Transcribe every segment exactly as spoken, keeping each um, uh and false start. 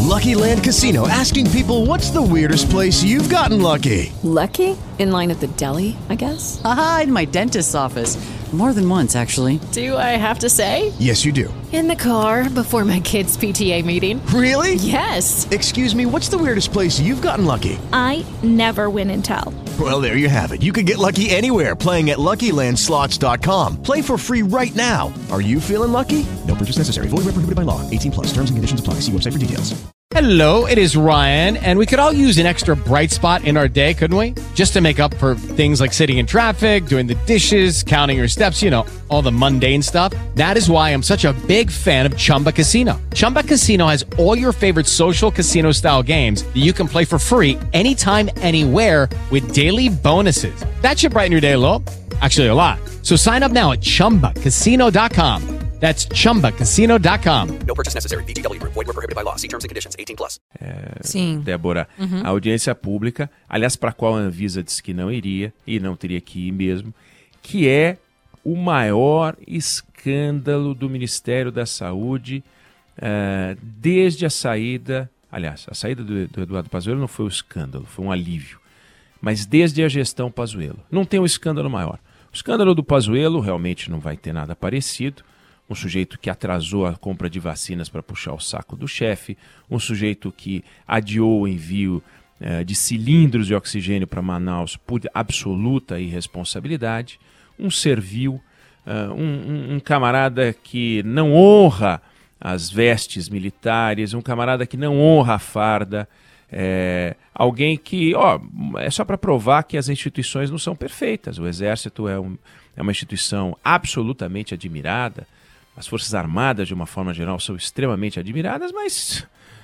Lucky Land Casino, asking people, what's the weirdest place you've gotten lucky? Lucky? In line at the deli, I guess? Aha, in my dentist's office. More than once, actually. Do I have to say? Yes, you do. In the car before my kids' P T A meeting. Really? Yes. Excuse me, what's the weirdest place you've gotten lucky? I never win and tell. Well, there you have it. You can get lucky anywhere, playing at Lucky Land Slots dot com. Play for free right now. Are you feeling lucky? No purchase necessary. Void where prohibited by law. eighteen plus. Terms and conditions apply. See website for details. Hello, it is Ryan, and we could all use an extra bright spot in our day, couldn't we? Just to make up for things like sitting in traffic, doing the dishes, counting your steps, you know, all the mundane stuff. That is why I'm such a big fan of Chumba Casino. Chumba Casino has all your favorite social casino-style games that you can play for free anytime, anywhere with daily bonuses. That should brighten your day a little. Actually, a lot. So sign up now at chumba casino dot com. That's chumba casino dot com. No purchase necessary. V G W Group. Void where prohibited by law. See terms and conditions. eighteen plus. É, Sim. Débora, Uhum. a audiência pública, aliás, para a qual a Anvisa disse que não iria, e não teria que ir mesmo, que é o maior escândalo do Ministério da Saúde uh, desde a saída, aliás, a saída do, do Eduardo Pazuello não foi um escândalo, foi um alívio, mas desde a gestão Pazuello. Não tem um escândalo maior. O escândalo do Pazuello realmente não vai ter nada parecido. Um sujeito que atrasou a compra de vacinas para puxar o saco do chefe, um sujeito que adiou o envio eh, de cilindros de oxigênio para Manaus por absoluta irresponsabilidade, um servil, uh, um, um, um camarada que não honra as vestes militares, um camarada que não honra a farda, é, alguém que, ó, é só para provar que as instituições não são perfeitas. O Exército é, um, é uma instituição absolutamente admirada, as Forças Armadas, de uma forma geral, são extremamente admiradas, mas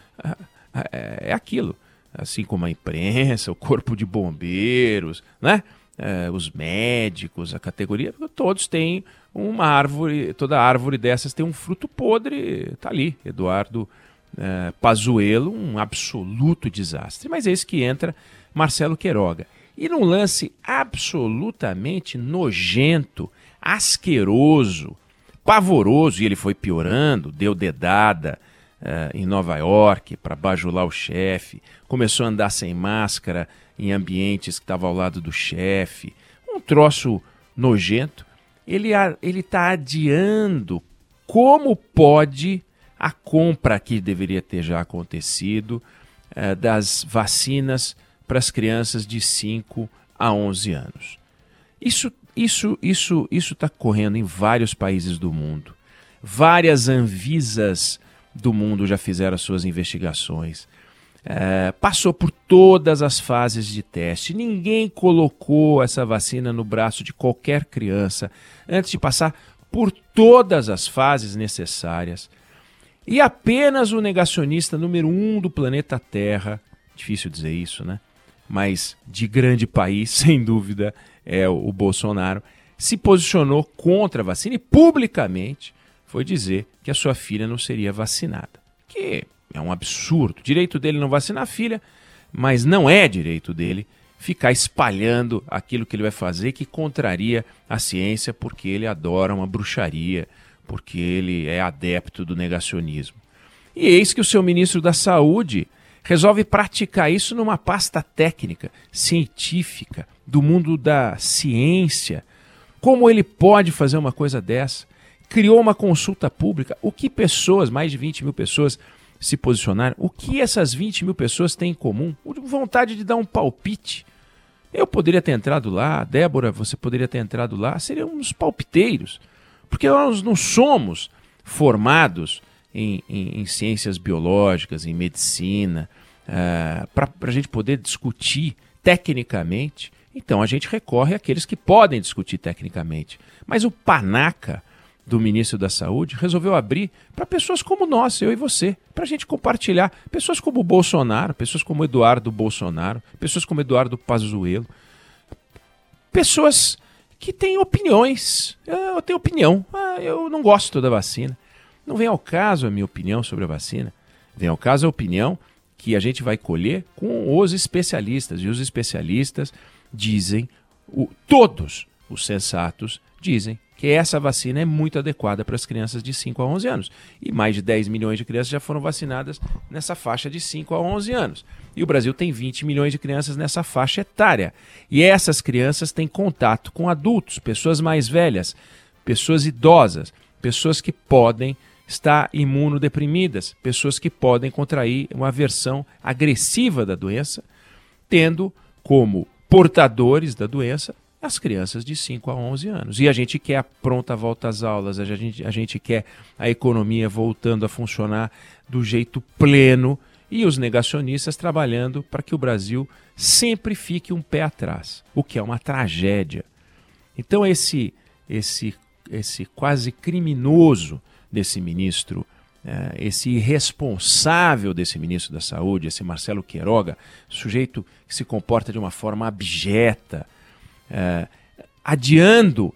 é aquilo. Assim como a imprensa, o corpo de bombeiros, né? É, os médicos, a categoria, todos têm uma árvore, toda árvore dessas tem um fruto podre, tá ali. Eduardo é, Pazuello, um absoluto desastre. Mas é esse que entra Marcelo Queiroga. E num lance absolutamente nojento, asqueroso, pavoroso, e ele foi piorando, deu dedada uh, em Nova York para bajular o chefe, começou a andar sem máscara em ambientes que estavam ao lado do chefe, um troço nojento. Ele ele está adiando como pode a compra que deveria ter já acontecido uh, das vacinas para as crianças de cinco a onze anos. Isso Isso isso isso está correndo em vários países do mundo. Várias Anvisas do mundo já fizeram as suas investigações. É, passou por todas as fases de teste. Ninguém colocou essa vacina no braço de qualquer criança antes de passar por todas as fases necessárias. E apenas o negacionista número um do planeta Terra, difícil dizer isso, né? Mas de grande país, sem dúvida, é o, o Bolsonaro, se posicionou contra a vacina e publicamente foi dizer que a sua filha não seria vacinada. Que é um absurdo. Direito dele não vacinar a filha, mas não é direito dele ficar espalhando aquilo que ele vai fazer que contraria a ciência porque ele adora uma bruxaria, porque ele é adepto do negacionismo. E eis que o seu ministro da Saúde resolve praticar isso numa pasta técnica, científica, do mundo da ciência. Como ele pode fazer uma coisa dessa? Criou uma consulta pública. O que pessoas, mais de vinte mil pessoas, se posicionaram? O que essas vinte mil pessoas têm em comum? Vontade de dar um palpite. Eu poderia ter entrado lá, Débora, você poderia ter entrado lá, seriam uns palpiteiros. Porque nós não somos formados Em, em, em ciências biológicas, em medicina, uh, para a gente poder discutir tecnicamente. Então a gente recorre àqueles que podem discutir tecnicamente. Mas o panaca do ministro da Saúde resolveu abrir para pessoas como nós, eu e você, para a gente compartilhar. Pessoas como o Bolsonaro, pessoas como Eduardo Bolsonaro, pessoas como Eduardo Pazuello, pessoas que têm opiniões. Eu tenho opinião, ah, eu não gosto da vacina. Não vem ao caso a minha opinião sobre a vacina. Vem ao caso a opinião que a gente vai colher com os especialistas. E os especialistas dizem, o, todos os sensatos dizem que que essa vacina é muito adequada para as crianças de cinco a onze anos. E mais de dez milhões de crianças já foram vacinadas nessa faixa de cinco a onze anos. E o Brasil tem vinte milhões de crianças nessa faixa etária. E essas crianças têm contato com adultos, pessoas mais velhas, pessoas idosas, pessoas que podem estar imunodeprimidas, pessoas que podem contrair uma versão agressiva da doença, tendo como portadores da doença as crianças de cinco a onze anos. E a gente quer a pronta volta às aulas, a gente, a gente quer a economia voltando a funcionar do jeito pleno e os negacionistas trabalhando para que o Brasil sempre fique um pé atrás, o que é uma tragédia. Então esse, esse, esse quase criminoso desse ministro, eh, esse irresponsável desse ministro da Saúde, esse Marcelo Queiroga, sujeito que se comporta de uma forma abjeta, eh, adiando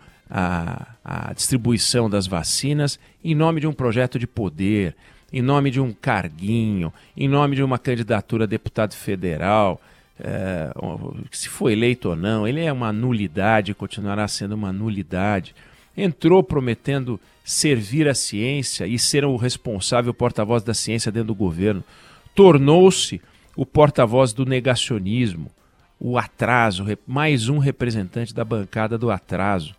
a, a distribuição das vacinas em nome de um projeto de poder, em nome de um carguinho, em nome de uma candidatura a deputado federal, eh, se for eleito ou não, ele é uma nulidade, continuará sendo uma nulidade. Entrou prometendo servir a ciência e ser o responsável porta-voz da ciência dentro do governo. Tornou-se o porta-voz do negacionismo, o atraso, mais um representante da bancada do atraso.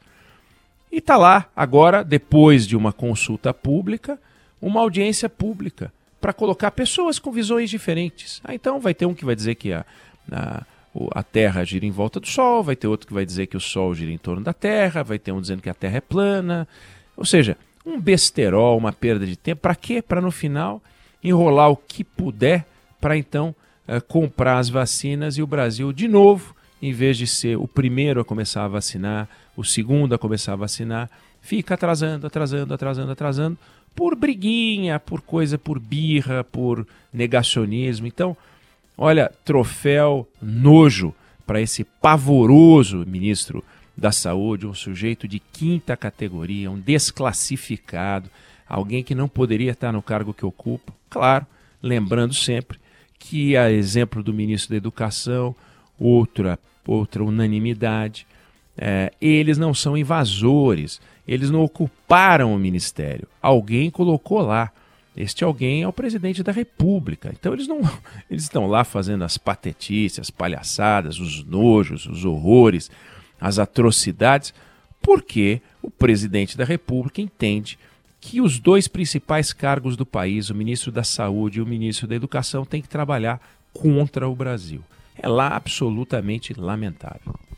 E está lá, agora, depois de uma consulta pública, uma audiência pública, para colocar pessoas com visões diferentes. Ah, então vai ter um que vai dizer que a, a, a Terra gira em volta do Sol, vai ter outro que vai dizer que o Sol gira em torno da Terra, vai ter um dizendo que a Terra é plana. Ou seja, um besterol, uma perda de tempo. Para quê? Para no final enrolar o que puder para então uh, comprar as vacinas e o Brasil de novo, em vez de ser o primeiro a começar a vacinar, o segundo a começar a vacinar, fica atrasando, atrasando, atrasando, atrasando, por briguinha, por coisa, por birra, por negacionismo. Então, olha, troféu nojo para esse pavoroso ministro da Saúde, um sujeito de quinta categoria, um desclassificado, alguém que não poderia estar no cargo que ocupa. Claro, lembrando sempre que, a exemplo do ministro da Educação, outra, outra unanimidade, é, eles não são invasores, eles não ocuparam o ministério, alguém colocou lá. Este alguém é o presidente da República. Então eles não, eles estão lá fazendo as patetices, as palhaçadas, os nojos, os horrores, as atrocidades, porque o presidente da República entende que os dois principais cargos do país, o ministro da Saúde e o ministro da Educação, têm que trabalhar contra o Brasil. É lá absolutamente lamentável.